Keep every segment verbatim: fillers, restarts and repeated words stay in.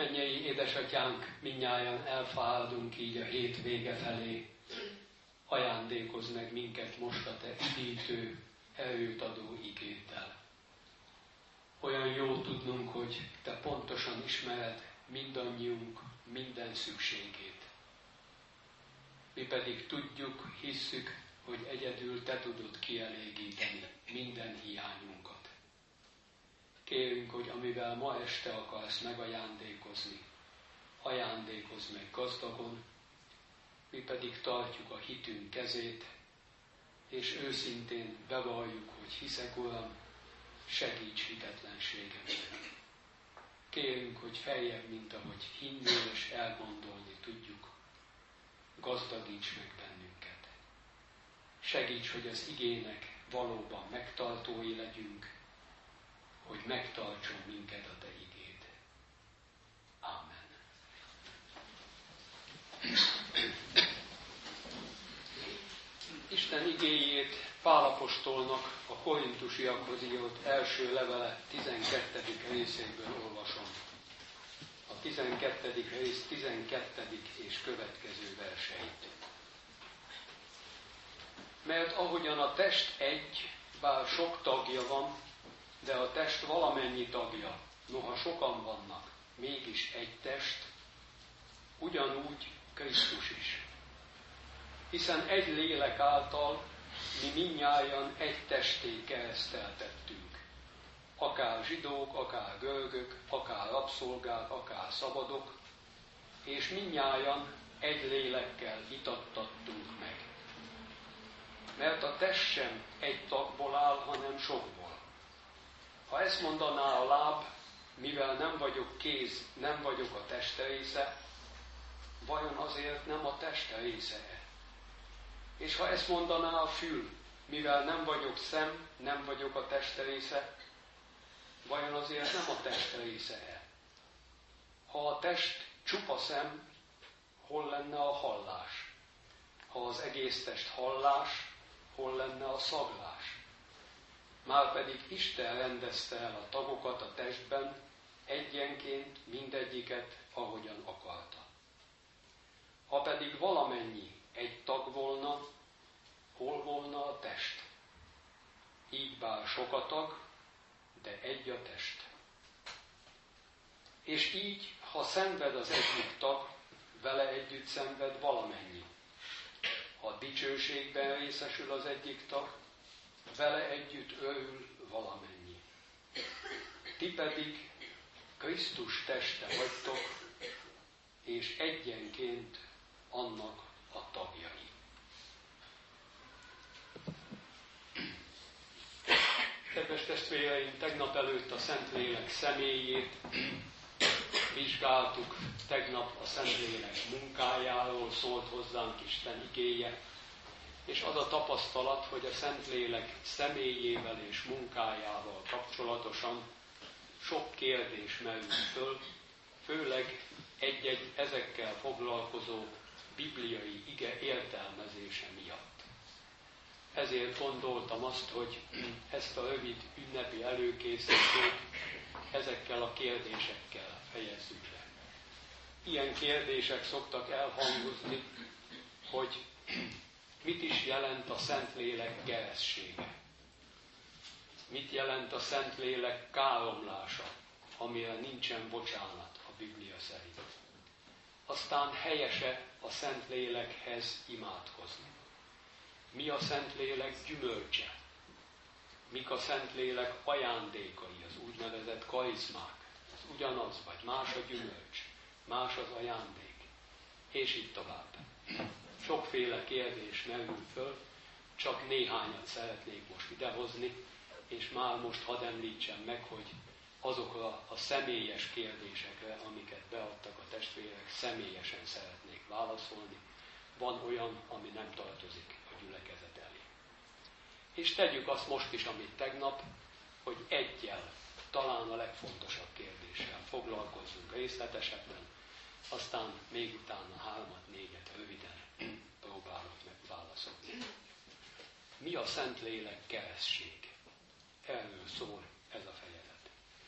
Mennyei édesatyánk, mindnyájan elfáradunk így a hét vége felé. Ajándékozz meg minket most a te üdítő, erőt adó igéddel. Olyan jó tudnunk, hogy te pontosan ismered mindannyiunk minden szükségét. Mi pedig tudjuk, hisszük, hogy egyedül te tudod kielégíteni minden hiányunkat. Kérünk, hogy amivel ma este akarsz megajándékozni, ajándékozz meg gazdagon, mi pedig tartjuk a hitünk kezét, és őszintén bevalljuk, hogy hiszek, Uram, segíts hitetlenségemben. Kérünk, hogy feljebb, mint ahogy hinni és elgondolni tudjuk, gazdagíts meg bennünket. Segíts, hogy az igének valóban megtartói legyünk, hogy megtartson minket a te igéd. Ámen. Isten igéjét Pál apostolnak a korintusiakhoz írott első levele tizenkettedik részéből olvasom. A tizenkettedik rész tizenkettedik és következő verseit. Mert ahogyan a test egy, bár sok tagja van, de a test valamennyi tagja, noha sokan vannak, mégis egy test, ugyanúgy Krisztus is. Hiszen egy lélek által mi mindnyájan egy testé kereszteltettünk. Akár zsidók, akár görögök, akár rabszolgák, akár szabadok, és mindnyájan egy lélekkel itattattunk meg. Mert a test sem egy tagból áll, hanem sokból. Ha ezt mondaná a láb, mivel nem vagyok kéz, nem vagyok a teste része, vajon azért nem a teste része-e? És ha ezt mondaná a fül, mivel nem vagyok szem, nem vagyok a teste része, vajon azért nem a teste része-e? Ha a test csupa szem, hol lenne a hallás? Ha az egész test hallás, hol lenne a szaglás? Márpedig Isten rendezte el a tagokat a testben, egyenként mindegyiket, ahogyan akarta. Ha pedig valamennyi egy tag volna, hol volna a test? Így bár sok a tag, de egy a test. És így, ha szenved az egyik tag, vele együtt szenved valamennyi. Ha dicsőségben részesül az egyik tag, vele együtt örül valamennyi. Ti pedig Krisztus teste vagytok, és egyenként annak a tagjai. Kedves testvéreim, tegnap előtt a Szentlélek személyét vizsgáltuk, tegnap a Szentlélek munkájáról szólt hozzánk Isten igéje, és az a tapasztalat, hogy a Szentlélek személyével és munkájával kapcsolatosan sok kérdés merül föl, főleg egy-egy ezekkel foglalkozó bibliai ige értelmezése miatt. Ezért gondoltam azt, hogy ezt a rövid ünnepi előkészítőt ezekkel a kérdésekkel fejezzük le. Ilyen kérdések szoktak elhangozni, hogy mit is jelent a Szentlélek keresztsége? Mit jelent a Szentlélek káromlása, amire nincsen bocsánat a Biblia szerint? Aztán helyese a Szentlélekhez imádkozni. Mi a Szentlélek gyümölcse? Mik a Szentlélek ajándékai, az úgynevezett karizmák? Ez ugyanaz, vagy más a gyümölcs, más az ajándék, és így tovább. Sokféle kérdés merül föl, csak néhányat szeretnék most idehozni, és már most hadd említsem meg, hogy azokra a személyes kérdésekre, amiket beadtak a testvérek, személyesen szeretnék válaszolni. Van olyan, ami nem tartozik a gyülekezet elé. És tegyük azt most is, amit tegnap, hogy egyel, talán a legfontosabb kérdéssel foglalkozzunk részletesebben, aztán még utána hármat, négyet röviden próbálok meg válaszolni. Mi a Szentlélek keresztség? Erről szól ez a fejezet.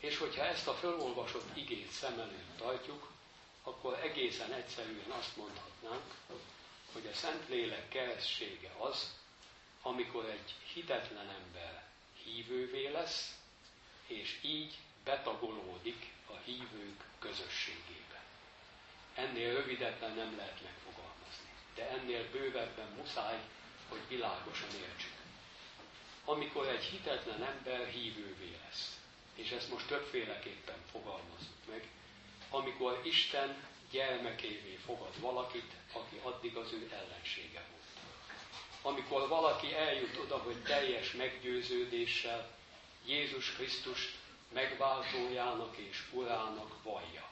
És hogyha ezt a fölolvasott igét szem előtt tartjuk, akkor egészen egyszerűen azt mondhatnánk, hogy a Szentlélek keresztsége az, amikor egy hitetlen ember hívővé lesz, és így betagolódik a hívők közösségébe. Ennél rövidebben nem lehet megfogalmazni, de ennél bővebben muszáj, hogy világosan értsük. Amikor egy hitetlen ember hívővé lesz, és ezt most többféleképpen fogalmazzuk meg, amikor Isten gyermekévé fogad valakit, aki addig az ő ellensége volt. Amikor valaki eljut oda, hogy teljes meggyőződéssel Jézus Krisztust megváltójának és urának vallja.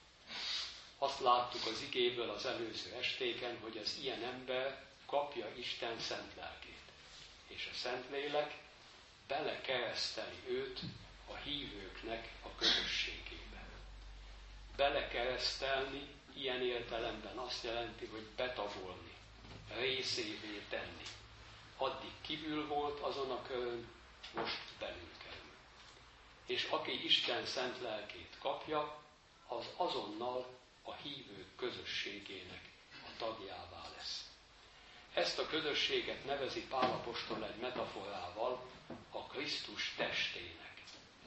Azt láttuk az igéből az előző estéken, hogy az ilyen ember kapja Isten szent lelkét. És a Szentlélek belekereszteli őt a hívőknek a közösségébe. Belekeresztelni ilyen értelemben azt jelenti, hogy betagolni, részévé tenni. Addig kívül volt azon a körön, most belül kerül. És aki Isten szent lelkét kapja, az azonnal a hívők közösségének a tagjává lesz. Ezt a közösséget nevezi Pál apostol egy metaforával a Krisztus testének.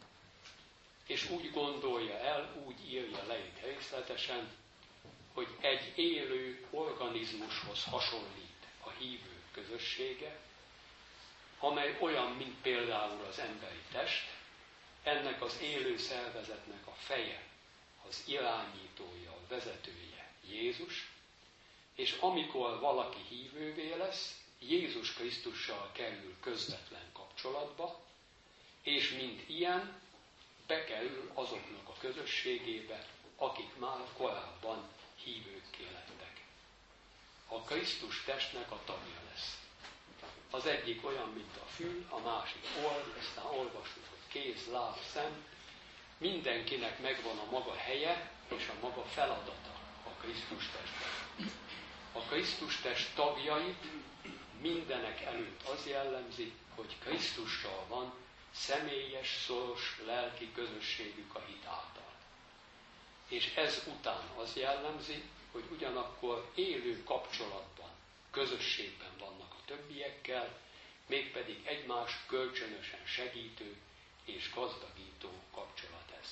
És úgy gondolja el, úgy írja le itt részletesen, hogy egy élő organizmushoz hasonlít a hívők közössége, amely olyan, mint például az emberi test, ennek az élő szervezetnek a feje, az irányítója, a vezetője Jézus, és amikor valaki hívővé lesz, Jézus Krisztussal kerül közvetlen kapcsolatba, és mint ilyen bekerül azoknak a közösségébe, akik már korábban hívőkké lettek. A Krisztus testnek a tagja lesz. Az egyik olyan, mint a fül, a másik orr, aztán olvasjuk, hogy kéz, láb, szem. Mindenkinek megvan a maga helye és a maga feladata a Krisztus testben. A Krisztus test tagjait mindenek előtt az jellemzi, hogy Krisztussal van személyes, szoros lelki közösségük a hit által. És ez után az jellemzi, hogy ugyanakkor élő kapcsolatban, közösségben vannak a többiekkel, mégpedig egymást kölcsönösen segítő és gazdagító kapcsolat ez.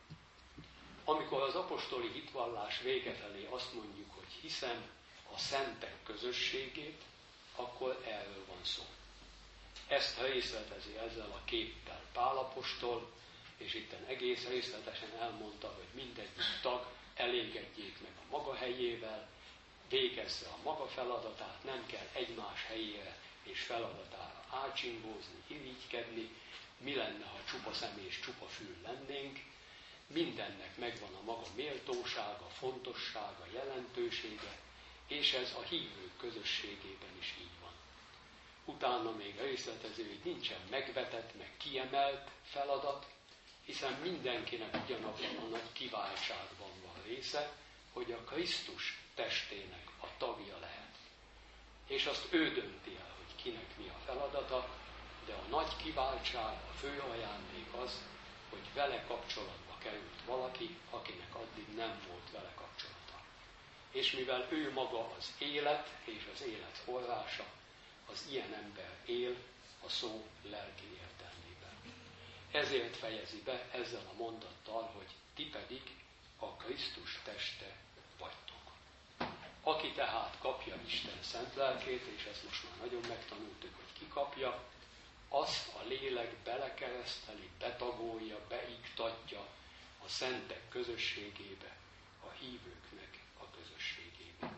Amikor az apostoli hitvallás vége felé azt mondjuk, hogy hiszem a szentek közösségét, akkor erről van szó. Ezt részletezi ezzel a képpel Pál apostol, és itten egész részletesen elmondta, hogy mindegyik tag elégedjék meg a maga helyével, végezze a maga feladatát, nem kell egymás helyére és feladatára ácsingózni, irigykedni, mi lenne, ha csupa szem és csupa fül lennénk, mindennek megvan a maga méltósága, fontossága, jelentősége, és ez a hívők közösségében is így van. Utána még részletező, hogy nincsen megvetett, meg kiemelt feladat, hiszen mindenkinek ugyanabban a nagy kiváltságban van része, hogy a Krisztus testének a tagja lehet. És azt ő dönti el, hogy kinek mi a feladata, de a nagy kiváltság, a fő ajándék az, hogy vele kapcsolatba került valaki, akinek addig nem volt vele kapcsolata. És mivel ő maga az élet és az élet forrása, az ilyen ember él a szó lelki értelmében. Ezért fejezi be ezzel a mondattal, hogy ti pedig a Krisztus teste vagytok. Aki tehát kapja Isten szent lelkét, és ezt most már nagyon megtanultuk, hogy ki kapja, azt a lélek belekereszteli, betagolja, beiktatja a szentek közösségébe, a hívőknek a közösségébe.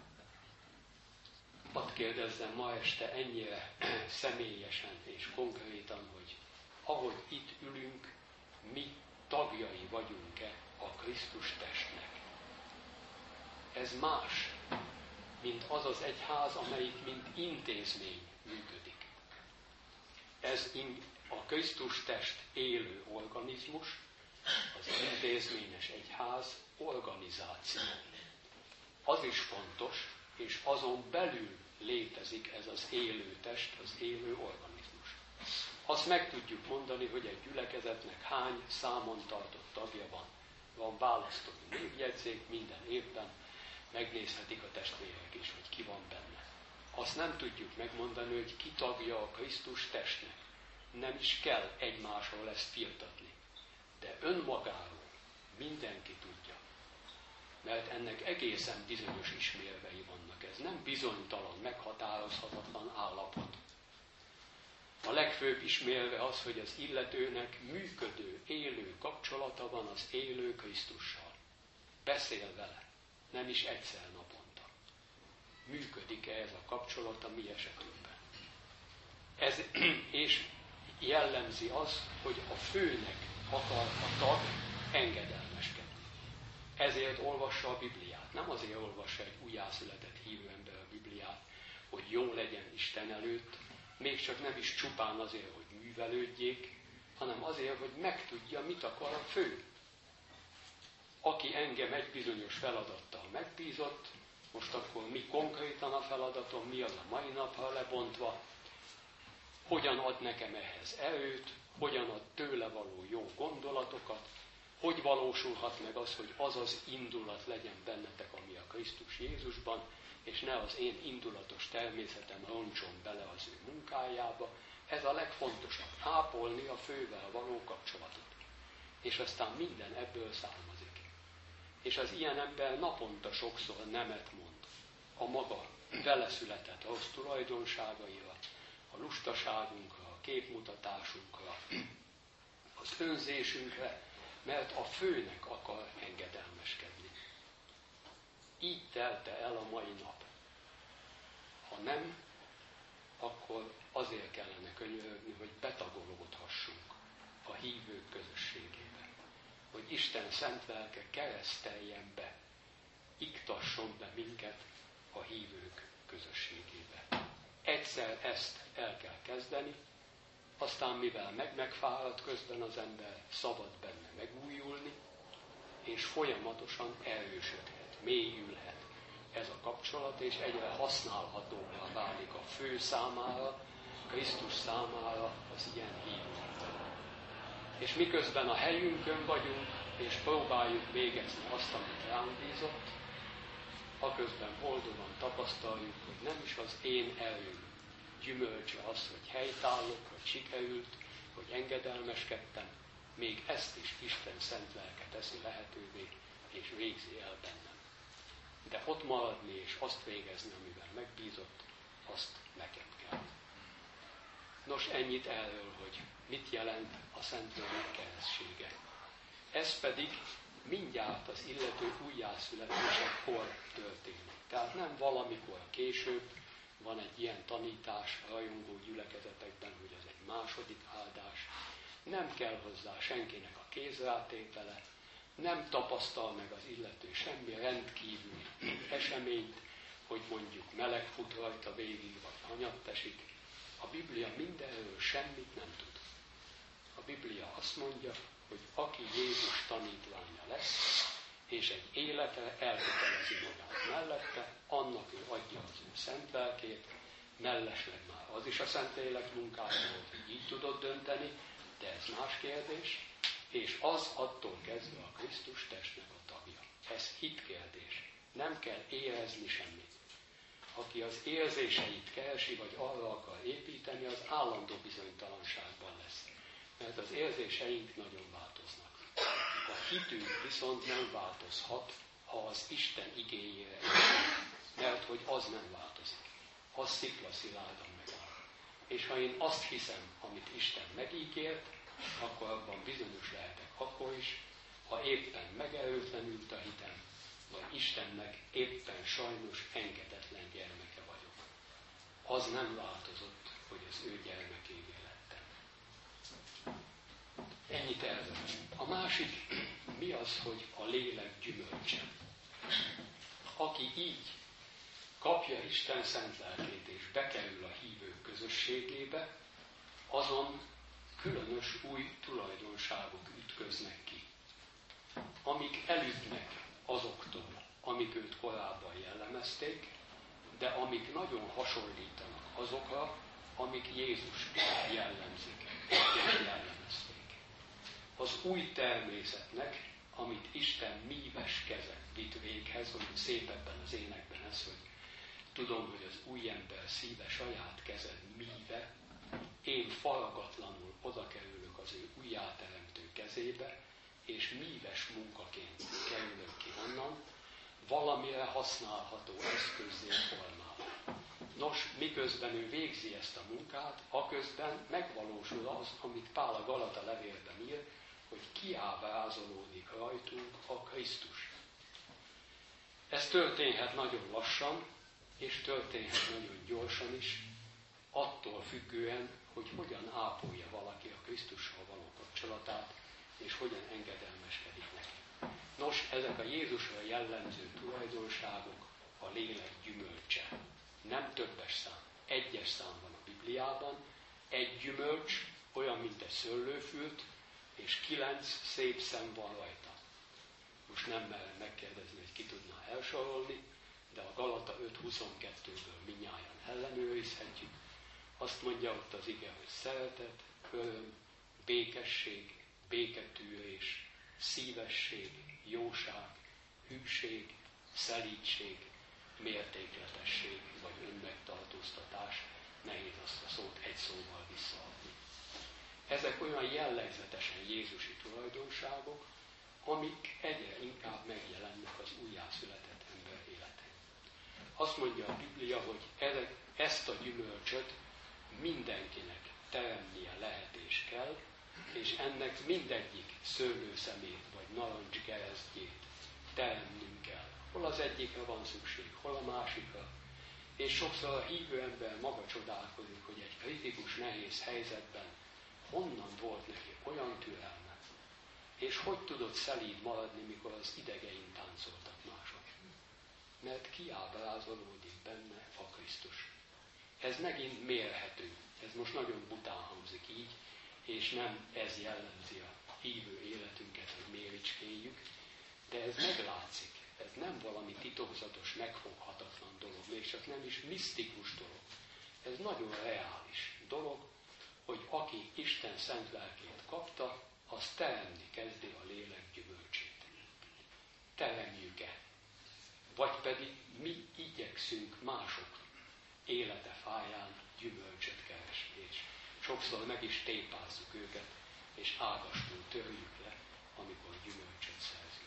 Hadd kérdezzem ma este ennyire személyesen és konkrétan, hogy ahogy itt ülünk, mi tagjai vagyunk-e a Krisztus testnek. Ez más, mint az az egyház, amelyik mint intézmény működik. Ez a Krisztus test élő organizmus, az intézményes egyház organizáció. Az is fontos, és azon belül létezik ez az élő test, az élő organizmus. Az Azt meg tudjuk mondani, hogy egy gyülekezetnek hány számon tartott tagja van. Van választott névjegyzék minden évben, megnézhetik a testvérek is, hogy ki van benne. Azt nem tudjuk megmondani, hogy ki tagja a Krisztus testnek. Nem is kell egymásról ezt firtatni. De önmagáról mindenki tudja. Mert ennek egészen bizonyos ismérvei vannak. Ez nem bizonytalan, meghatározhatatlan állapot. A legfőbb ismérve az, hogy az illetőnek működő, élő kapcsolata van az élő Krisztussal. Beszél vele, nem is egyszer naponta. Működik-e ez a kapcsolat a mi esetünkben? Ez, és jellemzi az, hogy a főnek akar a tag engedelmeskedni. Ezért olvassa a Bibliát. Nem azért olvassa egy újjászületett hívő ember a Bibliát, hogy jó legyen Isten előtt, még csak nem is csupán azért, hogy művelődjék, hanem azért, hogy megtudja, mit akar a fő. Aki engem egy bizonyos feladattal megbízott, most akkor mi konkrétan a feladatom, mi az a mai napra lebontva, hogyan ad nekem ehhez erőt, hogyan ad tőle való jó gondolatokat, hogy valósulhat meg az, hogy az az indulat legyen bennetek, ami a Krisztus Jézusban, és ne az én indulatos természetem roncson bele az ő munkájába. Ez a legfontosabb, ápolni a fővel való kapcsolatot. És aztán minden ebből származik. És az ilyen ember naponta sokszor nemet mond a maga vele született rossz tulajdonságaira, a lustaságunkra, a képmutatásunkra, az önzésünkre, mert a főnek akar engedelmeskedni. Így telte el a mai nap. Ha nem, akkor azért kellene könyörögni, hogy betagolódhassunk a hívők közösségébe. Hogy Isten szent lelke kereszteljen be, iktasson be minket a hívők közösségébe. Egyszer ezt el kell kezdeni, aztán mivel meg-megfárad közben az ember, szabad benne megújulni, és folyamatosan erősödhet, mélyülhet ez a kapcsolat, és egyre használhatóbbá válik a fő számára, Krisztus számára az ilyen hívők. És miközben a helyünkön vagyunk, és próbáljuk végezni azt, amit ránk bízott, aközben boldogan tapasztaljuk, hogy nem is az én erőm gyümölcse az, hogy helytállok, hogy sikerült, hogy engedelmeskedtem, még ezt is Isten szent lelke teszi lehetővé, és végzi el bennem. De ott maradni és azt végezni, amivel megbízott, azt nekem kell. Nos, ennyit erről, hogy mit jelent a Szentlélek keresztsége. Ez pedig mindjárt az illető újjászületésekor történik. Tehát nem valamikor később van egy ilyen tanítás a rajongó gyülekezetekben, hogy az egy második áldás. Nem kell hozzá senkinek a kézrátétele, nem tapasztal meg az illető semmi rendkívüli eseményt, hogy mondjuk meleg fut rajta végig, vagy hanyat esik. A Biblia mindenről semmit nem tud. A Biblia azt mondja, hogy aki Jézus tanítványa lesz, és egy életre elkötelezi magát mellette, annak ő adja az ő szent lelkét, mellesleg már az is a Szentlélek munkája volt, hogy így tudod dönteni, de ez más kérdés, és az attól kezdve a Krisztus testnek a tagja. Ez hitkérdés. Nem kell érezni semmit. Aki az érzéseit keresi, vagy arra akar építeni, az állandó bizonytalanságban lesz. Mert az érzéseink nagyon változnak. A hitünk viszont nem változhat, ha az Isten igéjére épít, mert hogy az nem változik. Az sziklaszilárdan megáll. És ha én azt hiszem, amit Isten megígért, akkor abban bizonyos lehetek akkor is, ha éppen megerőtlenült a hitem, vagy Istennek éppen sajnos engedetlen gyermeke vagyok. Az nem változott, hogy az ő gyermekévé lettem. Ennyit erről. A másik, mi az, hogy a lélek gyümölcse. Aki így kapja Isten szent lelkét és bekerül a hívők közösségébe, azon különös új tulajdonságok ütköznek ki, amik elütnek azoktól, amik őt korábban jellemezték, de amik nagyon hasonlítanak azokra, amik Jézus jellemzik. új természetnek, amit Isten míves keze vitt véghez, hogy szép ebben az énekben ez, hogy tudom, hogy az új ember szíve saját kezed míve, én faragatlanul oda kerülök az ő újjáteremtő kezébe, és míves munkaként kerülök ki onnan, valamire használható eszközzé formál. Nos, miközben ő végzi ezt a munkát, aközben megvalósul az, amit Pál a Galata levélben ír, hogy kiábrázolódik rajtunk a Krisztus. Ez történhet nagyon lassan, és történhet nagyon gyorsan is, attól függően, hogy hogyan ápolja valaki a Krisztussal való kapcsolatát, és hogyan engedelmeskedik neki. Nos, ezek a Jézusra jellemző tulajdonságok a lélek gyümölcse. Nem többes szám, egyes szám van a Bibliában, egy gyümölcs, olyan, mint egy szőlőfült, és kilenc szép szem van rajta. Most nem merem megkérdezni, hogy ki tudná elsorolni, de a Galata öt huszonkettőből mindnyájan ellenőrizhetjük. Azt mondja ott az ige, hogy szeretet, öröm, békesség, béketűrés, szívesség, jóság, hűség, szelídség, mértékletesség vagy önmegtartóztatás. Nehéz azt a szót egy szóval visszaadni. Ezek olyan jellegzetesen jézusi tulajdonságok, amik egyre inkább megjelennek az újjászületett ember életén. Azt mondja a Biblia, hogy ezt a gyümölcsöt mindenkinek teremnie lehet és kell, és ennek mindegyik szőlőszemét vagy narancsgeresztjét teremnünk kell. Hol az egyikre van szükség, hol a másikra. És sokszor a hívő ember maga csodálkozik, hogy egy kritikus, nehéz helyzetben honnan volt neki olyan türelme, és hogy tudott szelíd maradni, mikor az idegein táncoltak mások. Mert kiábrázolódik benne a Krisztus. Ez megint mérhető. Ez most nagyon bután hangzik így, és nem ez jellemzi a hívő életünket, hogy méricskéljük, de ez meglátszik. Ez nem valami titokzatos, megfoghatatlan dolog, még csak nem is misztikus dolog. Ez nagyon reális dolog, hogy aki Isten szent lelkét kapta, az teremni kezdi a lélek gyümölcsét. Teremjük-e? Vagy pedig mi igyekszünk mások élete fáján gyümölcsöt keresni, és sokszor meg is tépázzuk őket, és ágastul törjük le, amikor gyümölcsöt szerzünk.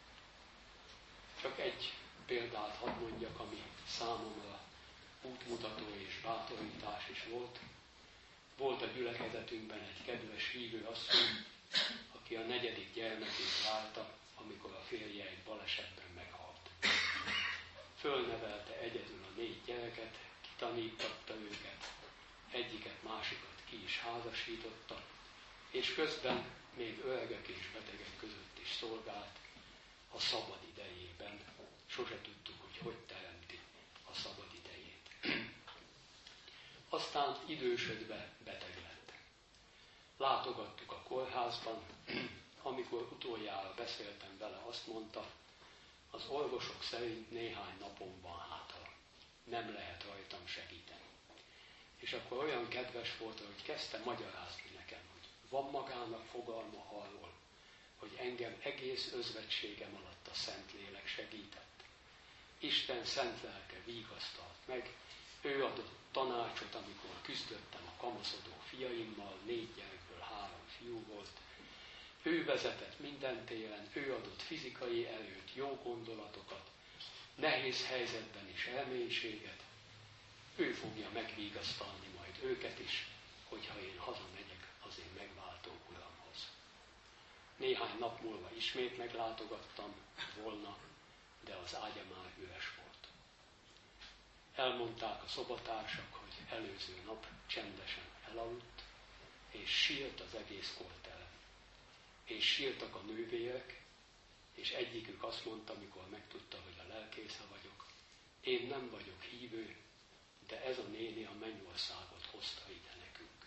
Csak egy példát hadd mondjak, ami számomra útmutató és bátorítás is volt. Volt a gyülekezetünkben egy kedves hívő asszony, aki a negyedik gyermekét várta, amikor a férje egy balesetben meghalt. Fölnevelte egyedül a négy gyereket, kitanítatta őket, egyiket, másikat ki is házasította, és közben még öregek és betegek között is szolgált a szabad idejében. Sose tudtuk, hogy hogy teremti a szabad idejét. Aztán idősödve beteg lett. Látogattuk a kórházban, amikor utoljára beszéltem vele, azt mondta, az orvosok szerint néhány napon van hátra. Nem lehet rajtam segíteni. És akkor olyan kedves volt, hogy kezdte magyarázni nekem, hogy van magának fogalma arról, hogy engem egész özvegységem alatt a Szentlélek segített. Isten szent lelke vigasztalt meg, ő adott tanácsot, amikor küzdöttem a kamaszodó fiaimmal, négy gyerekből három fiú volt. Ő vezetett minden téren, ő adott fizikai erőt, jó gondolatokat, nehéz helyzetben is reménységet. Ő fogja megvigasztalni majd őket is, hogyha én hazamegyek az én megváltó Uramhoz. Néhány nap múlva ismét meglátogattam volna, de az ágya már üres volt. Elmondták a szobatársak, hogy előző nap csendesen elaludt, és sírt az egész korterem. És sírtak a nővérek, és egyikük azt mondta, amikor megtudta, hogy a lelkésze vagyok, én nem vagyok hívő, de ez a néni a mennyországot hozta ide nekünk.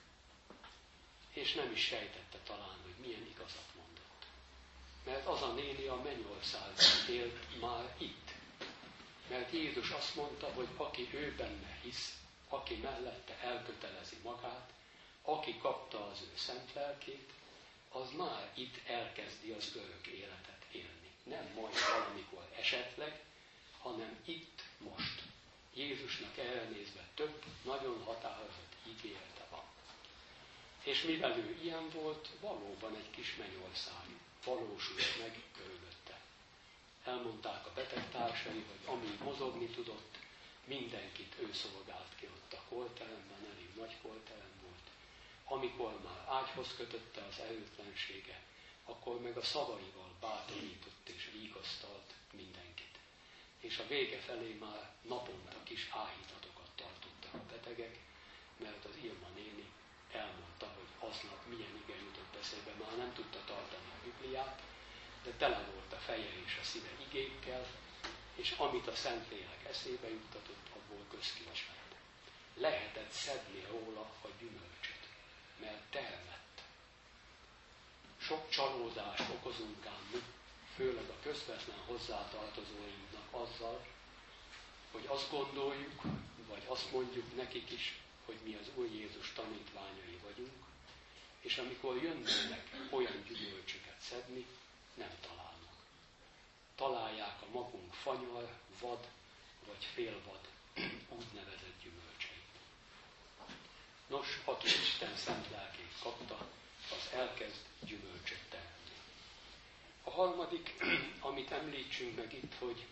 És nem is sejtette talán, hogy milyen igazat mondott. Mert az a néni a mennyországban élt már itt. Mert Jézus azt mondta, hogy aki ő benne hisz, aki mellette elkötelezi magát, aki kapta az ő szent lelkét, az már itt elkezdi az örök életet élni. Nem majd valamikor esetleg, hanem itt, most. Jézusnak erre nézve több, nagyon határozott ígérete van. És mivel ő ilyen volt, valóban egy kis mennyország valósult meg körülötte. Elmondták a betegtársai, hogy amíg mozogni tudott, mindenkit ő szolgált ki ott a kolteremben, elég nagy kolterem volt. Amikor már ágyhoz kötötte az erőtlensége, akkor meg a szavaival bátorított és vigasztalt mindenkit. És a vége felé már naponta kis áhítatokat tartottak a betegek, mert az Ilma néni elmondta, hogy aznap milyen ige jutott eszébe, már nem tudta tartani a Bibliát, de tele volt a feje és a szíve igékkel, és amit a Szentlélek eszébe juttatott, abból közkincs lett. Lehetett szedni róla a gyümölcsöt, mert termett. Sok csalódást okozunk ám mi, főleg a közvetlen hozzátartozóinknak azzal, hogy azt gondoljuk, vagy azt mondjuk nekik is, hogy mi az Úr Jézus tanítványai vagyunk, és amikor jönnek olyan gyümölcsöket szedni, nem találnak. Találják a magunk fanyar, vad vagy félvad úgynevezett gyümölcseit. Nos, aki Isten szent lelkét kapta, az elkezd gyümölcsöt termelni. A harmadik, amit említsünk meg itt, hogy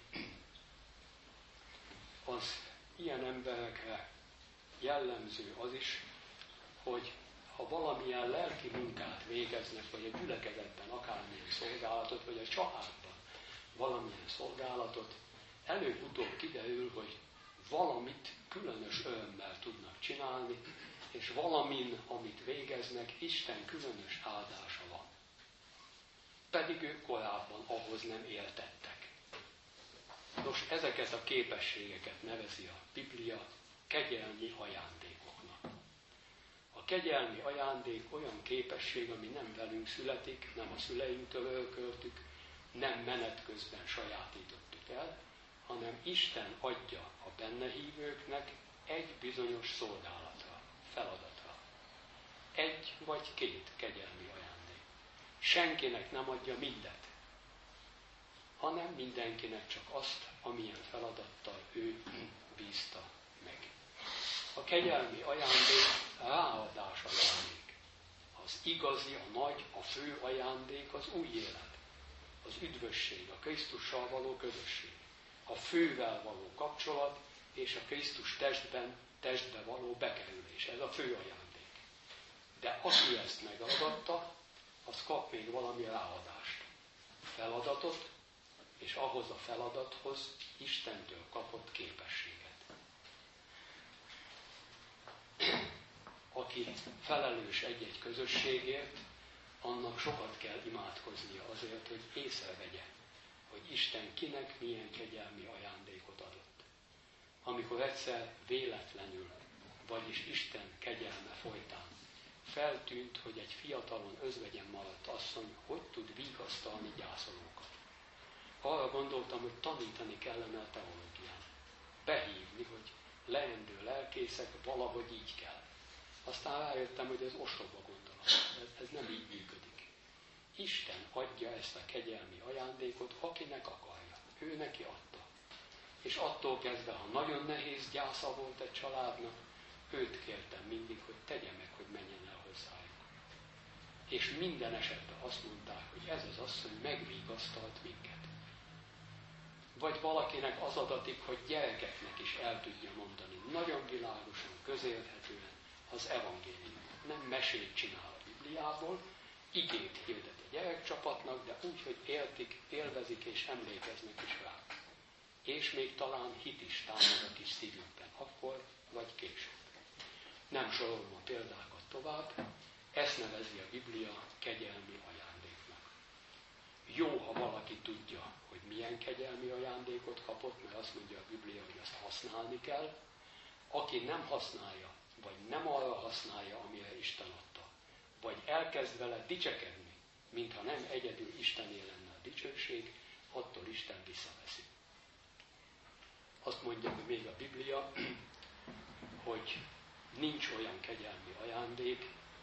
az ilyen emberekre jellemző az is, hogy ha valamilyen lelki munkát végeznek, vagy a gyülekezetben akármilyen szolgálatot, vagy a családban valamilyen szolgálatot, előbb-utóbb kiderül, hogy valamit különös örömmel tudnak csinálni, és valamin, amit végeznek, Isten különös áldása van. Pedig ők korábban ahhoz nem éltettek. Nos, ezeket a képességeket nevezi a Biblia kegyelmi ajándékoknak. A kegyelmi ajándék olyan képesség, ami nem velünk születik, nem a szüleinktől örököltük, nem menet közben sajátítottuk el, hanem Isten adja a benne hívőknek egy bizonyos szolgálatra, feladatra. Egy vagy két kegyelmi ajándék. Senkinek nem adja mindet, hanem mindenkinek csak azt, amilyen feladattal ő bízta meg. A kegyelmi ajándék ráadás ajándék. Az igazi, a nagy, a fő ajándék az új élet. Az üdvösség, a Krisztussal való közösség, a fővel való kapcsolat és a Krisztus testben, testbe való bekerülés. Ez a fő ajándék. De aki ezt megragadta, az kap még valami ráadást. Feladatot, és ahhoz a feladathoz Istentől kapott képességet. Aki felelős egy-egy közösségért, annak sokat kell imádkoznia azért, hogy észrevegye, hogy Isten kinek milyen kegyelmi ajándékot adott. Amikor egyszer véletlenül, vagyis Isten kegyelme folytán feltűnt, hogy egy fiatalon özvegyen maradt asszony hogy tud vigasztalni gyászolókat. Arra gondoltam, hogy tanítani kellene a teológián. Behívni, hogy leendő lelkészek valahogy így kell. Aztán rájöttem, hogy ez ostoba gondolat. Ez, ez nem így működik. Isten adja ezt a kegyelmi ajándékot, akinek akarja. Ő neki adta. És attól kezdve, ha nagyon nehéz gyásza volt egy családnak, őt kértem mindig, hogy tegye meg, hogy menjen el hozzájuk. És minden esetben azt mondták, hogy ez az asszony megvigasztalt minket. Vagy valakinek az adatik, hogy gyerekeknek is el tudja mondani nagyon világosan, közérthetően az evangéliumot. Nem mesét csinál a Bibliából, igét hirdet a gyerekcsapatnak, de úgy, hogy értik, élvezik és emlékeznek is rá. És még talán hit is támad a kis szívükben, akkor vagy később. Nem sorolom a példákat tovább, ezt nevezi a Biblia kegyelmi ajándéknak. Jó, ha valaki tudja, hogy milyen kegyelmi ajándékot kapott, mert azt mondja a Biblia, hogy azt használni kell. Aki nem használja, vagy nem arra használja, amire Isten adta, vagy elkezd vele dicsekedni, mintha nem egyedül Istené lenne a dicsőség, attól Isten visszaveszi. Azt mondja még a Biblia, hogy nincs olyan kegyelmi ajándék,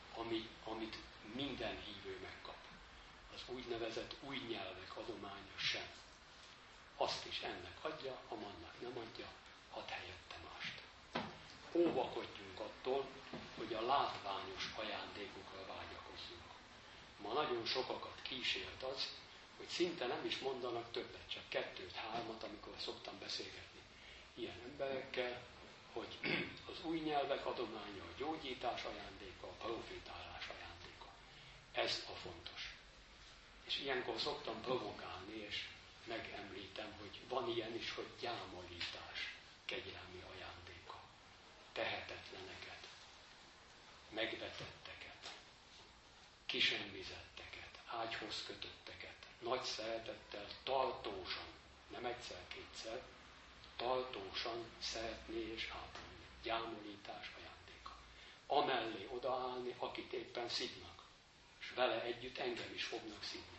ami, amit minden hívő megkap. Az úgynevezett új nyelvek adománya sem. Azt is ennek adja, amannak nem adja, ad helyette mást. Óvakodjunk attól, hogy a látványos ajándékokra vágyakozzunk. Ma nagyon sokakat kísért az, hogy szinte nem is mondanak többet, csak kettőt, hármat, amikor szoktam beszélgetni ilyen emberekkel, hogy az új nyelvek adománya, a gyógyítás ajándéka, a profétálás ajándéka. Ez a fontos. És ilyenkor szoktam provokálni, és megemlítem, hogy van ilyen is, hogy gyámolítás, kegyelmi ajándéka. Tehetetleneket, megvetetteket, kisemmizetteket, ágyhoz kötötteket, nagy szeretettel, tartósan, nem egyszer-kétszer, tartósan szeretné és ápolni. Gyámolítás ajándéka. Amellé odaállni, akit éppen szidnak, és vele együtt engem is fognak szidni.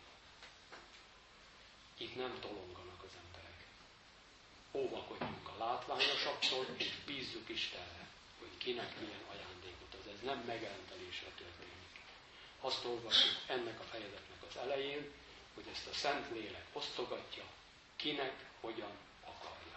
Itt nem tolonganak az emberek. Óvakodjunk a látványosaktól, és bízzuk Istenre, hogy kinek milyen ajándékot az. Ez nem megrendelésre történik. Azt olvassuk ennek a fejezetnek az elején, hogy ezt a Szentlélek osztogatja, kinek, hogyan akarja.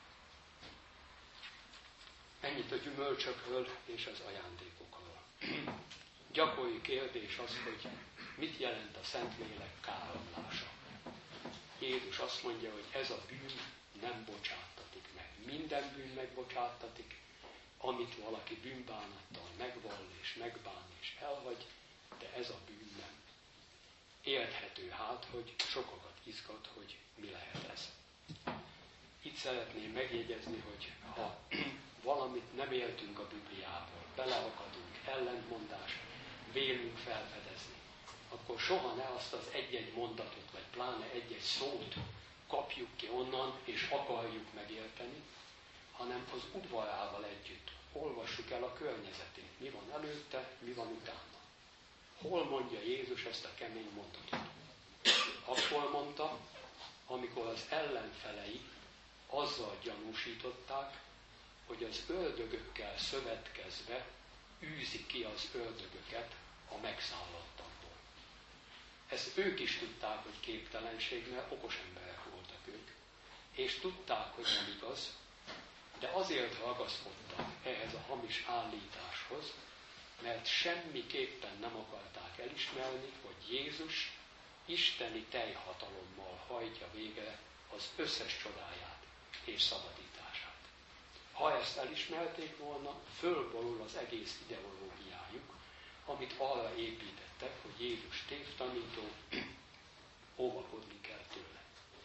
Ennyit a gyümölcsökről és az ajándékokról. Gyakori kérdés az, hogy mit jelent a Szentlélek káromlása. Jézus azt mondja, hogy ez a bűn nem bocsáttatik meg. Minden bűn megbocsáttatik, amit valaki bűnbánattal megvall és megbán és elhagy, de ez a bűn nem. Érthető hát, hogy sokakat izgat, hogy mi lehet ez. Itt szeretném megjegyezni, hogy ha valamit nem értünk a Bibliából, beleakadunk, ellentmondás, vélünk felfedezni, akkor soha ne azt az egy-egy mondatot, vagy pláne egy-egy szót kapjuk ki onnan, és akarjuk megérteni, hanem az udvarával együtt olvassuk el a környezetét. Mi van előtte, mi van utána. Hol mondja Jézus ezt a kemény mondatot? Akkor mondta, amikor az ellenfelei azzal gyanúsították, hogy az ördögökkel szövetkezve űzi ki az ördögöket a megszállottakból. Ezt ők is tudták, hogy képtelenség, mert okos emberek voltak ők, és tudták, hogy nem igaz, de azért ragaszkodtak ehhez a hamis állításhoz, mert semmiképpen nem akarták elismerni, hogy Jézus isteni teljhatalommal hajtja végre az összes csodáját és szabadítását. Ha ezt elismerték volna, fölborul az egész ideológiájuk, amit arra építettek, hogy Jézus tévtanító, óvakodni kell tőle.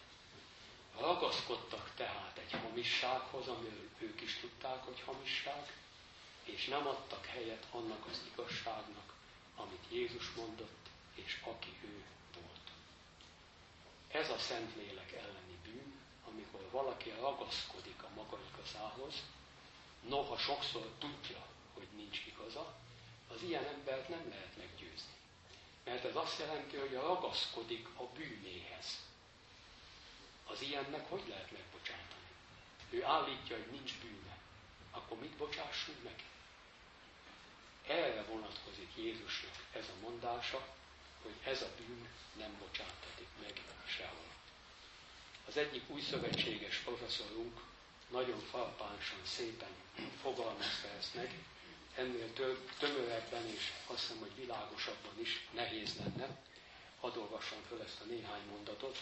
Ragaszkodtak tehát egy hamissághoz, amiről ők is tudták, hogy hamisság, és nem adtak helyet annak az igazságnak, amit Jézus mondott, és aki ő volt. Ez a Szentlélek elleni bűn, amikor valaki ragaszkodik a maga igazához, noha sokszor tudja, hogy nincs igaza, az ilyen embert nem lehet meggyőzni. Mert ez azt jelenti, hogy ragaszkodik a bűnéhez. Az ilyennek hogy lehet megbocsátani? Ő állítja, hogy nincs bűne. Akkor mit bocsássunk meg? Erre vonatkozik Jézusnak ez a mondása, hogy ez a bűn nem bocsátatik meg sehol. Az egyik újszövetséges professzorunk nagyon frappánsan, szépen fogalmazta ezt meg, ennél több, tömörebben és azt hiszem, hogy világosabban is nehéz lenne. Hadd olvassam föl ezt a néhány mondatot.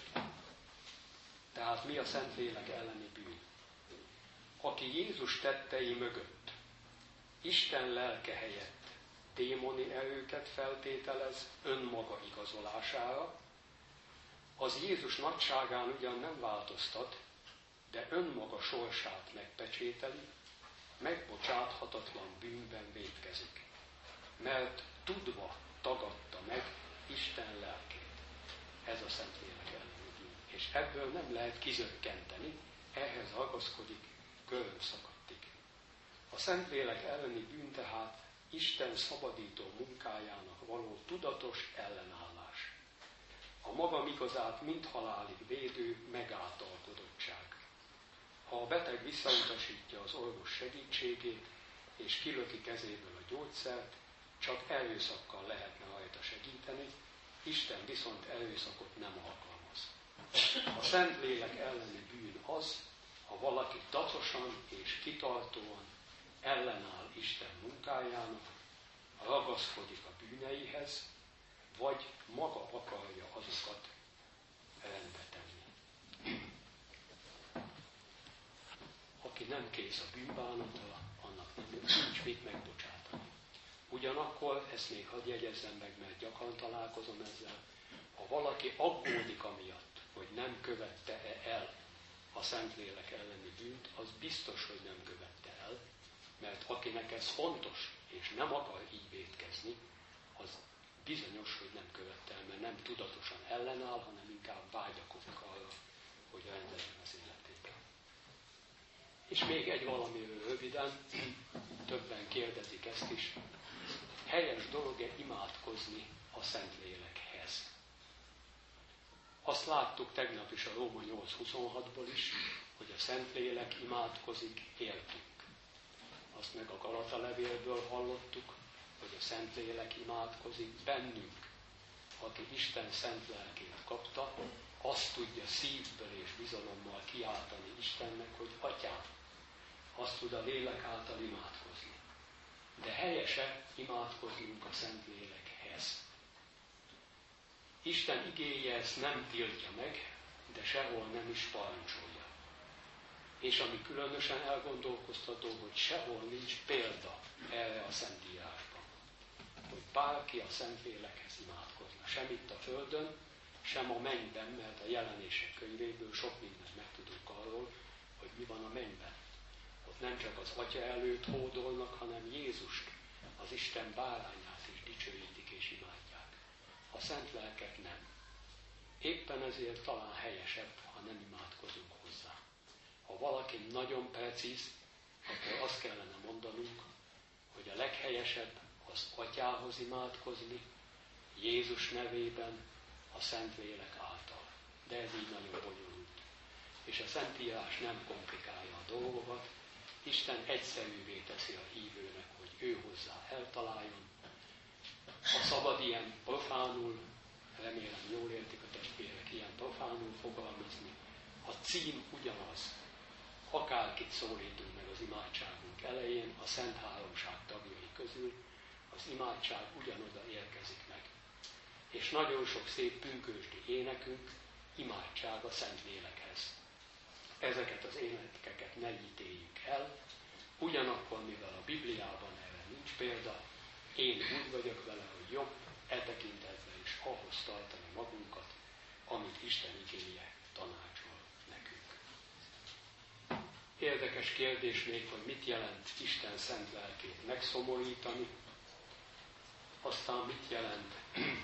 Tehát mi a Szentlélek elleni bűn? Aki Jézus tettei mögött Isten lelke helyett démoni erőket feltételez önmaga igazolására, az Jézus nagyságán ugyan nem változtat, de önmaga sorsát megpecsételi, megbocsáthatatlan bűnben vétkezik, mert tudva tagadta meg Isten lelkét. Ez a Szentlélek elleni bűn. És ebből nem lehet kizökkenteni, ehhez ragaszkodik, körön szakadtik. A Szentlélek elleni bűn tehát Isten szabadító munkájának való tudatos ellenállás. A magam igazát mind halálig védő megáltalkodottság. Ha a beteg visszautasítja az orvos segítségét, és kilöki kezéből a gyógyszert, csak erőszakkal lehetne rajta segíteni, Isten viszont erőszakot nem alkalmaz. A Szentlélek elleni bűn az, ha valaki dacosan és kitartóan ellenáll Isten munkájának, ragaszkodik a bűneihez, vagy maga akarja azokat rendbe tenni. Aki nem kész a bűnbánatra, annak nincs mit megbocsátani. Ugyanakkor, ezt még hadd jegyezzem meg, mert gyakran találkozom ezzel, ha valaki aggódik amiatt, hogy nem követte el a Szentlélek elleni bűnt, az biztos, hogy nem követte el, mert akinek ez fontos, és nem akar így vétkezni, az bizonyos, hogy nem követte el, mert nem tudatosan ellenáll, hanem inkább vágyakozik arra, hogy rendezzen az életében. És még egy valamiről röviden, többen kérdezik ezt is, helyes dolog-e imádkozni a Szentlélekhez? Azt láttuk tegnap is a Róma nyolc huszonhatból is, hogy a Szentlélek imádkozik értünk. Azt meg a Galata levélből hallottuk, hogy a Szentlélek imádkozik bennünk. Aki Isten szent lelkét kapta, azt tudja szívből és bizalommal kiáltani Istennek, hogy Atyám, azt tud a lélek által imádkozni. De helyese imádkoznunk a Szentlélekhez. Isten igéje ezt nem tiltja meg, de sehol nem is parancsolja. És ami különösen elgondolkoztató, hogy sehol nincs példa erre a Szentírásban, hogy bárki a Szentlélekhez imádkozna. Sem itt a földön, sem a mennyben, mert a Jelenések könyvéből sok mindent megtudunk arról, hogy mi van a mennyben. Ott nem csak az Atya előtt hódolnak, hanem Jézust, az Isten bárányát is dicsőítik és imádják. A szent lelket nem. Éppen ezért talán helyesebb, ha nem imádkozunk hozzá. Ha valaki nagyon precíz, akkor azt kellene mondanunk, hogy a leghelyesebb az Atyához imádkozni, Jézus nevében, a Szentlélek által. De ez így nagyon bonyolult. És a Szentírás nem komplikálja a dolgokat, Isten egyszerűvé teszi a hívőnek, hogy ő hozzá eltaláljon. Ha szabad ilyen profánul, remélem jól értik a testvérek, ilyen profánul fogalmazni, a cím ugyanaz. Akárkit szólítunk meg az imádságunk elején, a Szent Háromság tagjai közül, az imádság ugyanoda érkezik meg. És nagyon sok szép pünkösdi énekünk imádság a Szentlélekhez. Ezeket az énekeket ne ítéljük el, ugyanakkor, mivel a Bibliában erre nincs példa, én úgy vagyok vele, hogy jobb e tekintetben is ahhoz tartani magunkat, amit Isten igéje tanácsol nekünk. Érdekes kérdés még, hogy mit jelent Isten szent lelkét megszomorítani, aztán mit jelent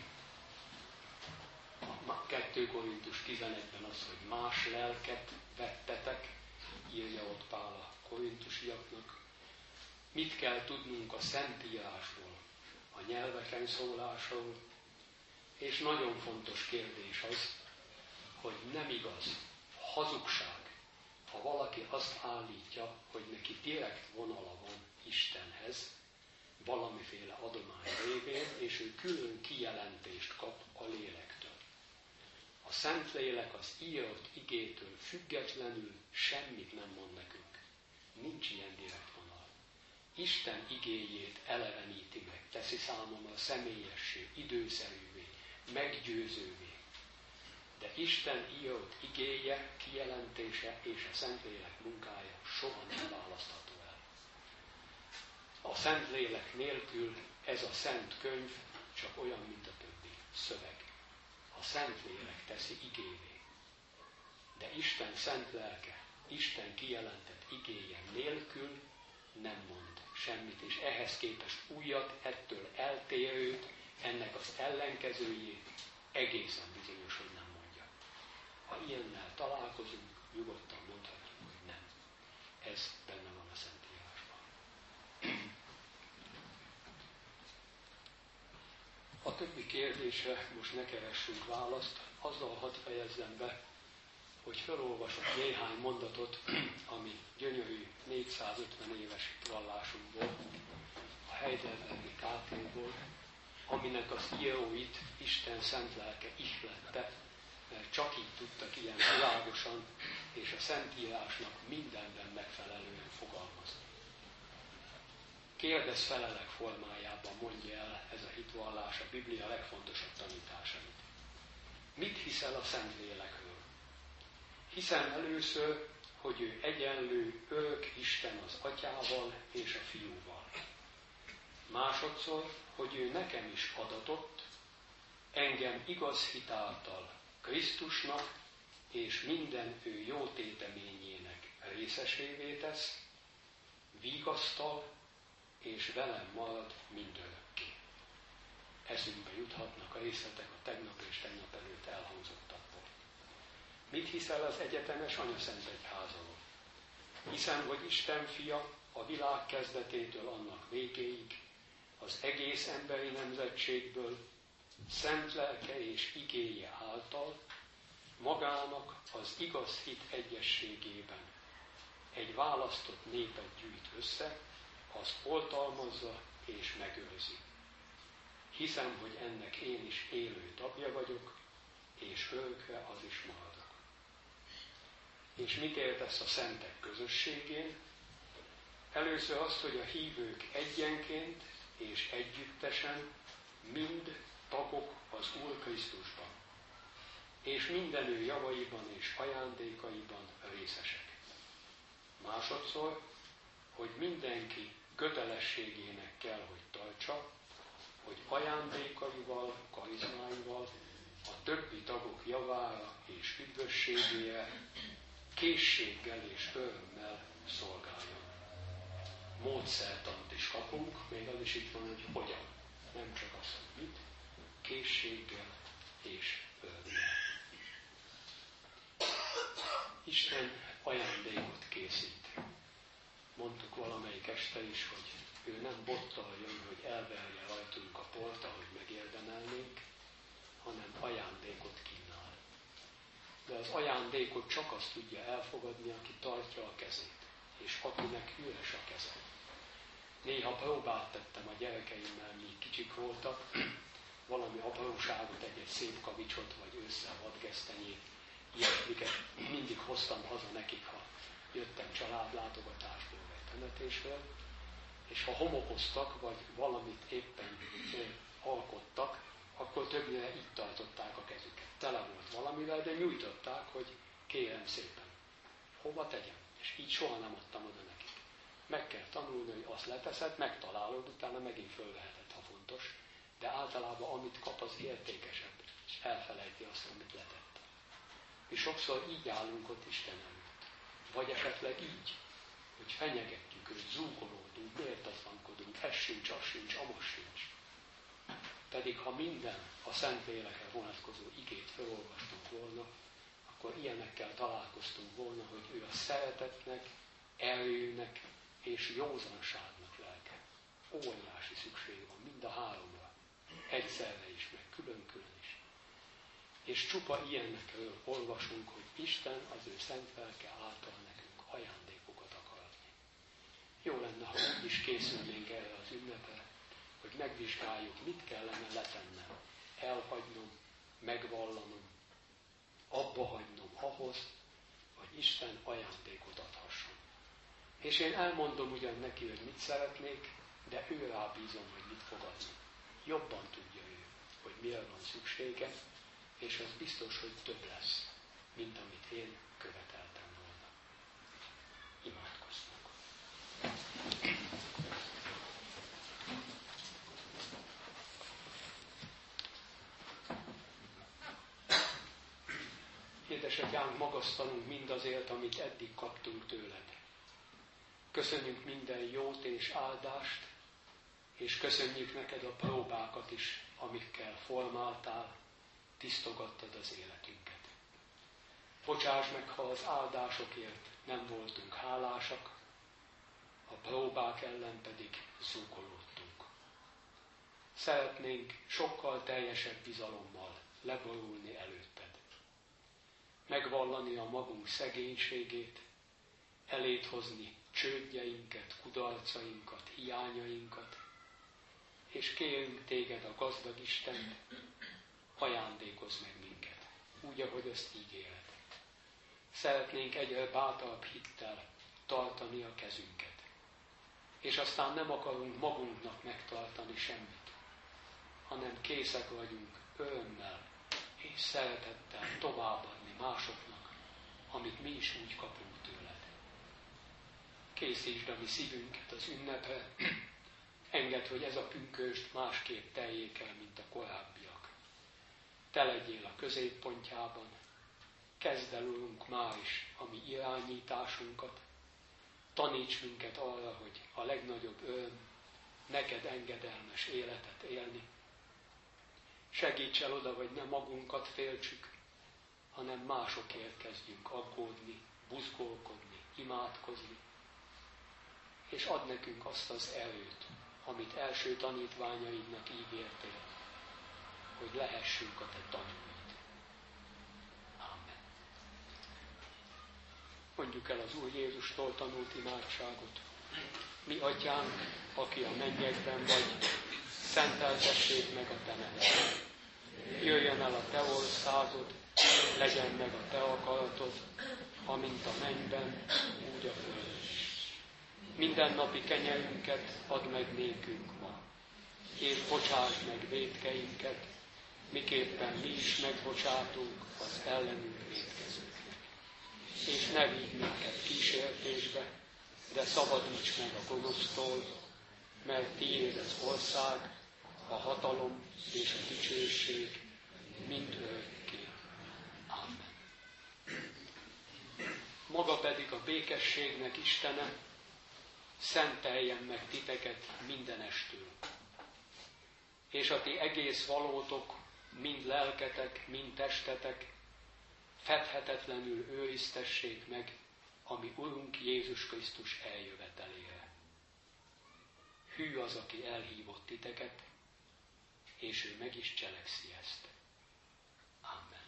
a kettő Korintus tizenegyben az, hogy más lelket vettetek, írja ott Pál a korintusiaknak. Mit kell tudnunk a Szentírásról, a nyelveken szólásról, és nagyon fontos kérdés az, hogy nem igaz, hazugság, ha valaki azt állítja, hogy neki direkt vonala van Istenhez, valamiféle adomány révén, és ő külön kijelentést kap a lélektől. A Szentlélek az írott igétől függetlenül semmit nem mond nekünk. Nincs ilyen direkt vonal. Isten igéjét eleveníti meg, teszi számomra személyessé, időszerűvé, meggyőzővé. De Isten írott igéje, kijelentése és a Szentlélek munkája soha nem választható el. A Szentlélek nélkül ez a szent könyv csak olyan, mint a többi szöveg. A Szentlélek teszi igévé. De Isten szent lelke, Isten kijelentett igéje nélkül nem mond semmit, és ehhez képest újat, ettől eltérőt, ennek az ellenkezőjét egészen bizonyos, hogy nem mondja. Ha ilyennel találkozunk, nyugodtan mondhatjuk, hogy nem. Ez benne van a Szentírásban. A többi kérdésre most ne keressünk választ, azzal hadd fejezzem be, hogy felolvasok néhány mondatot, ami gyönyörű négyszázötven éves vallásunkból, a Heidelbergi ká té-ból, aminek az íróit Isten szent lelke ihlette, mert csak így tudtak ilyen világosan és a Szentírásnak mindenben megfelelően fogalmazni. Kérdez felelek formájában mondja el ez a hitvallás a Biblia legfontosabb tanításait. Mit hiszel a Szentlélekről? Hiszem először, hogy ő egyenlő, örök Isten az Atyával és a Fiúval. Másodszor, hogy ő nekem is adatott, engem igaz hit által Krisztusnak és minden ő jó téteményének részesévé tesz, vigasztal és velem marad mindörökké. Eszünkbe juthatnak a részletek a tegnap és tegnap előtt elhangzottakból. Mit hiszel az egyetemes anyaszentegyházról? Hiszem, hogy Isten fia a világ kezdetétől annak végéig, az egész emberi nemzetségből, szent lelke és igéje által, magának az igaz hit egyességében egy választott népet gyűjt össze, azt oltalmazza és megőrzi. Hiszem, hogy ennek én is élő tagja vagyok, és örökre az is maradok. És mit értesz a szentek közösségén? Először azt, hogy a hívők egyenként és együttesen mind tagok az Úr Krisztusban, és minden ő javaiban és ajándékaiban részesek. Másodszor, hogy mindenki kötelességének kell, hogy tartsa, hogy ajándékaival, karizmáival a többi tagok javára és üdvösségére készséggel és örömmel szolgáljon. Módszertant is kapunk, még az is itt van, hogy hogyan. Nem csak azt, hogy mit, készséggel és örömmel. Isten ajándékot készít. Mondtuk valamelyik este is, hogy ő nem bottal jön, hogy elverje rajtunk a port, ahogy megérdemelnénk, hanem ajándékot kínál. De az ajándékot csak azt tudja elfogadni, aki tartja a kezét, és akinek üres a keze. Néha próbát tettem a gyerekeimmel, míg kicsik voltak, valami apróságot, egy-egy szép kavicsot, vagy ősszel vadgesztenyét, ilyesmiket mindig hoztam haza nekik, ha jöttem családlátogatásból vagy temetésről, és ha homokoztak, vagy valamit éppen alkottak, akkor többnyire így tartották a kezüket. Tele volt valamivel, de nyújtották, hogy kérem szépen, hova tegyem? És így soha nem adtam oda nekik. Meg kell tanulni, hogy azt leteszed, megtalálod, utána megint fölveheted, ha fontos, de általában amit kap, az értékesebb, és elfelejti azt, amit letett. Mi sokszor így állunk ott Isten előtt. Vagy esetleg így, hogy fenyegetjük őt, zúgolódunk, méltatlankodunk, ez sincs, az sincs, amaz sincs. Pedig ha minden a Szentlélekre vonatkozó igét felolvastunk volna, akkor ilyenekkel találkoztunk volna, hogy ő a szeretetnek, erőnek és józanságnak lelke. Óriási szükség van mind a háromra. Egyszerre is, meg külön-külön is. És csupa ilyenekről olvasunk, hogy Isten az ő szent lelke által nekünk ajándékokat akar adni. Jó lenne, ha úgy is készülnénk erre az ünnepre, hogy megvizsgáljuk, mit kellene letennem, elhagynom, megvallanom, abba hagynom ahhoz, hogy Isten ajándékot adhasson. És én elmondom ugyan neki, hogy mit szeretnék, de ő rábízom, hogy mit fog adni. Jobban tudja ő, hogy mire van szüksége, és az biztos, hogy több lesz, mint amit én követeltem volna. Imádkozzunk. Édesatyánk, magasztalunk mindazért, amit eddig kaptunk tőled. Köszönjük minden jót és áldást, és köszönjük neked a próbákat is, amikkel formáltál, tisztogattad az életünket. Bocsáss meg, ha az áldásokért nem voltunk hálásak, a próbák ellen pedig zúgolódtunk. Szeretnénk sokkal teljesebb bizalommal leborulni előtted. Megvallani a magunk szegénységét, eléd hozni csődjeinket, kudarcainkat, hiányainkat, és kérünk téged, a gazdag Istent, ajándékozz meg minket, úgy, ahogy azt ígéred. Szeretnénk egyre bátrabb hittel tartani a kezünket, és aztán nem akarunk magunknak megtartani semmit, hanem készek vagyunk örömmel és szeretettel továbbadni másoknak, amit mi is úgy kapunk tőled. Készítsd a mi szívünket az ünnepre, engedd, hogy ez a pünkösd másképp teljék el, mint a korábbiak. Te legyél a középpontjában, kezd el, Urunk, már is a mi irányításunkat, taníts minket arra, hogy a legnagyobb öröm neked engedelmes életet élni. Segíts el oda, hogy ne magunkat féltsük, hanem másokért kezdjünk aggódni, buzgolkodni, imádkozni, és add nekünk azt az erőt, amit első tanítványaidnak ígértél, hogy lehessünk a te tanúid. Amen. Mondjuk el az Úr Jézustól tanult imádságot. Mi atyánk, aki a mennyekben vagy, szenteltessék meg a te neved. Jöjjön el a te országod, legyen meg a te akaratod, amint a mennyben, úgy a földön is. Mindennapi kenyerünket add meg nékünk ma, és bocsásd meg vétkeinket, miképpen mi is megbocsátunk az ellenünk vétkezőknek. És ne vigy minket kísértésbe, de szabadíts meg a gonosztól, mert tiéd az ország, a hatalom és a dicsőség mind örökké. Amen. Maga pedig a békességnek Istene szenteljen meg titeket mindenestől, és a ti egész valótok, mind lelketek, mind testetek fedhetetlenül őriztessék meg a mi Urunk Jézus Krisztus eljövetelére. Hű az, aki elhívott titeket, és ő meg is cselekszi ezt. Amen.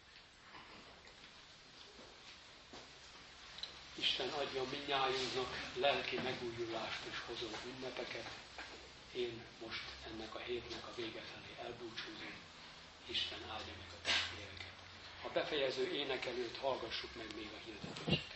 Isten adja mindnyájunknak lelki megújulást és hozó ünnepeket. Én most ennek a hétnek a vége felé elbúcsúzom. Isten áldja meg a testvéreket. A befejező ének előtt hallgassuk meg még a hirdetést.